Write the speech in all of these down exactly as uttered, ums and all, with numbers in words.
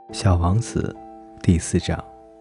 小王子第四章。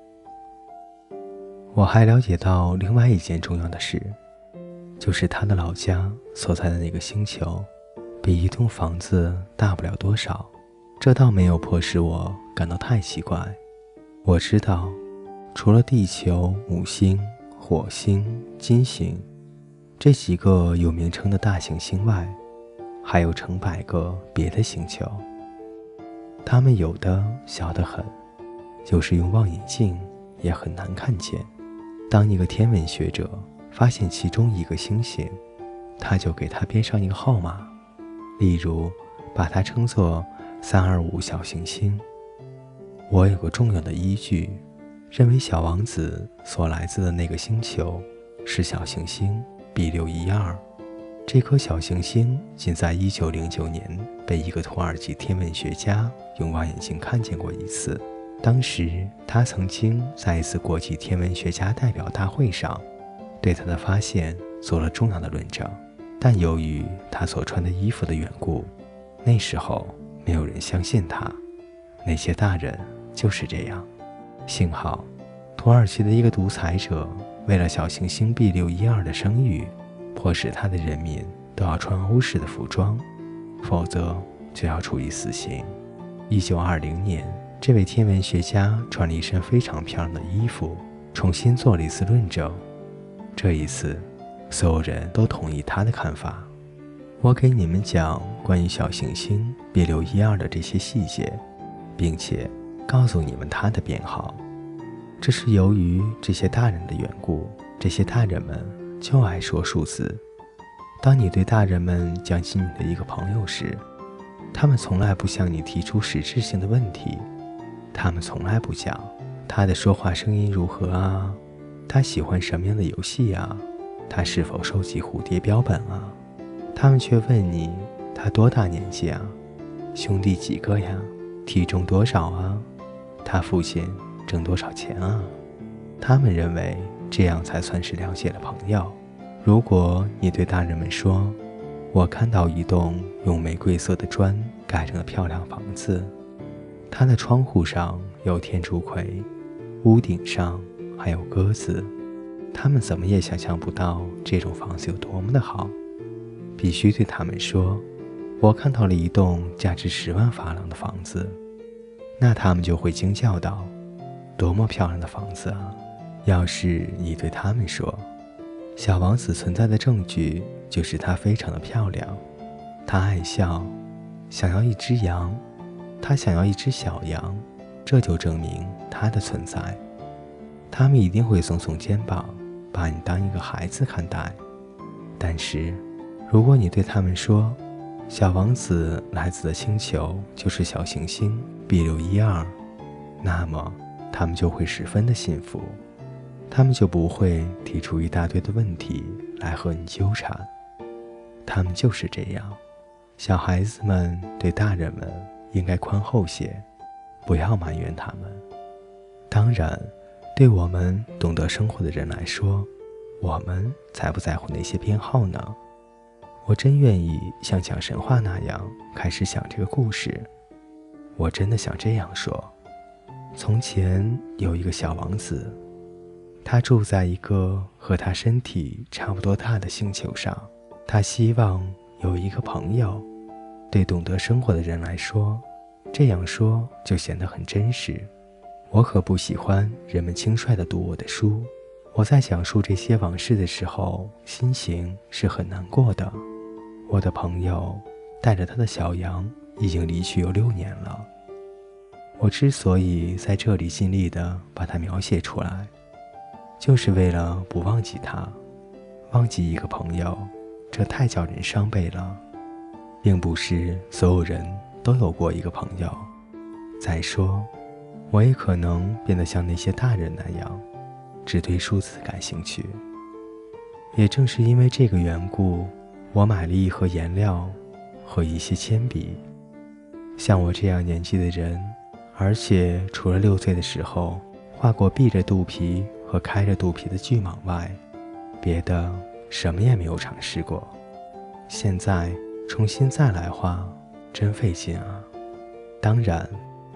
我还了解到另外一件重要的事，就是他的老家所在的那个星球比一栋房子大不了多少。这倒没有迫使我感到太奇怪。我知道除了地球、木星、火星、金星这几个有名称的大行星外，还有成百个别的星球。它们有的小得很，就是用望远镜也很难看见。当一个天文学者发现其中一个星星，他就给它编上一个号码，例如把它称作三二五小行星。我有个重要的依据，认为小王子所来自的那个星球是小行星 B 六一二。这颗小行星仅在一九零九年被一个土耳其天文学家用望远镜看见过一次。当时他曾经在一次国际天文学家代表大会上对他的发现做了重要的论证，但由于他所穿的衣服的缘故，那时候没有人相信他。那些大人就是这样。幸好土耳其的一个独裁者为了小行星 B 六一二的声誉，迫使他的人民都要穿欧式的服装，否则就要处以死刑。一九二零年，这位天文学家穿了一身非常漂亮的衣服，重新做了一次论证。这一次，所有人都同意他的看法。我给你们讲关于小行星 B 六一二的这些细节，并且告诉你们它的编号。这是由于这些大人的缘故，这些大人们就爱说数字。当你对大人们讲起你的一个朋友时，他们从来不向你提出实质性的问题。他们从来不讲他的说话声音如何啊，他喜欢什么样的游戏啊，他是否收集蝴蝶标本啊。他们却问你他多大年纪啊，兄弟几个呀，体重多少啊，他父亲挣多少钱啊。他们认为这样才算是了解了朋友。如果你对大人们说，我看到一栋用玫瑰色的砖盖成的漂亮房子，它的窗户上有天竺葵，屋顶上还有鸽子，他们怎么也想象不到这种房子有多么的好。必须对他们说，我看到了一栋价值十万法郎的房子，那他们就会惊叫道，多么漂亮的房子啊。要是你对他们说，小王子存在的证据就是她非常的漂亮，她爱笑，想要一只羊，她想要一只小羊，这就证明她的存在。他们一定会耸耸肩膀，把你当一个孩子看待。但是如果你对他们说，小王子来自的星球就是小行星 B 六一二，那么他们就会十分的信服，他们就不会提出一大堆的问题来和你纠缠。他们就是这样。小孩子们对大人们应该宽厚些，不要埋怨他们。当然，对我们懂得生活的人来说，我们才不在乎那些编号呢。我真愿意像讲神话那样开始讲这个故事。我真的想这样说。从前有一个小王子，他住在一个和他身体差不多大的星球上。他希望有一个朋友。对懂得生活的人来说，这样说就显得很真实。我可不喜欢人们轻率地读我的书。我在讲述这些往事的时候，心情是很难过的。我的朋友带着他的小羊已经离去有六年了。我之所以在这里尽力地把它描写出来，就是为了不忘记他。忘记一个朋友，这太叫人伤悲了。并不是所有人都有过一个朋友。再说，我也可能变得像那些大人那样，只对数字感兴趣。也正是因为这个缘故，我买了一盒颜料和一些铅笔。像我这样年纪的人，而且除了六岁的时候画过闭着肚皮和开着肚皮的巨蟒外，别的什么也没有尝试过。现在重新再来画，真费劲啊。当然，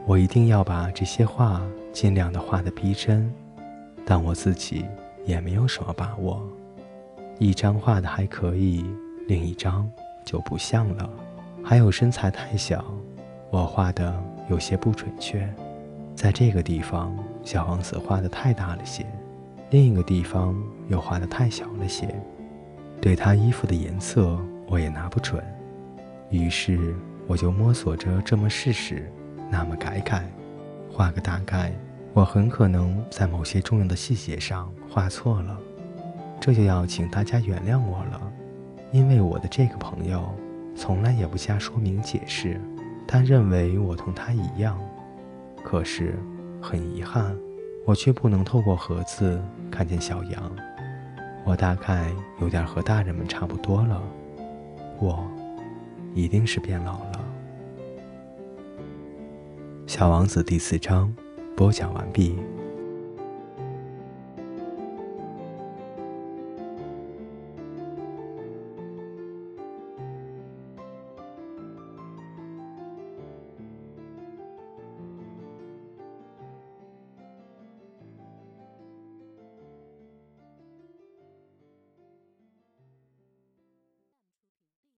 我一定要把这些画尽量的画得逼真，但我自己也没有什么把握。一张画的还可以，另一张就不像了。还有身材太小，我画的有些不准确。在这个地方，小王子画得太大了些，另一个地方又画得太小了些。对他衣服的颜色我也拿不准，于是我就摸索着这么试试，那么改改，画个大概。我很可能在某些重要的细节上画错了，这就要请大家原谅我了。因为我的这个朋友从来也不加说明解释，他认为我同他一样。可是很遗憾，我却不能透过盒子看见小羊。我大概有点和大人们差不多了，我一定是变老了。小王子第四章播讲完毕。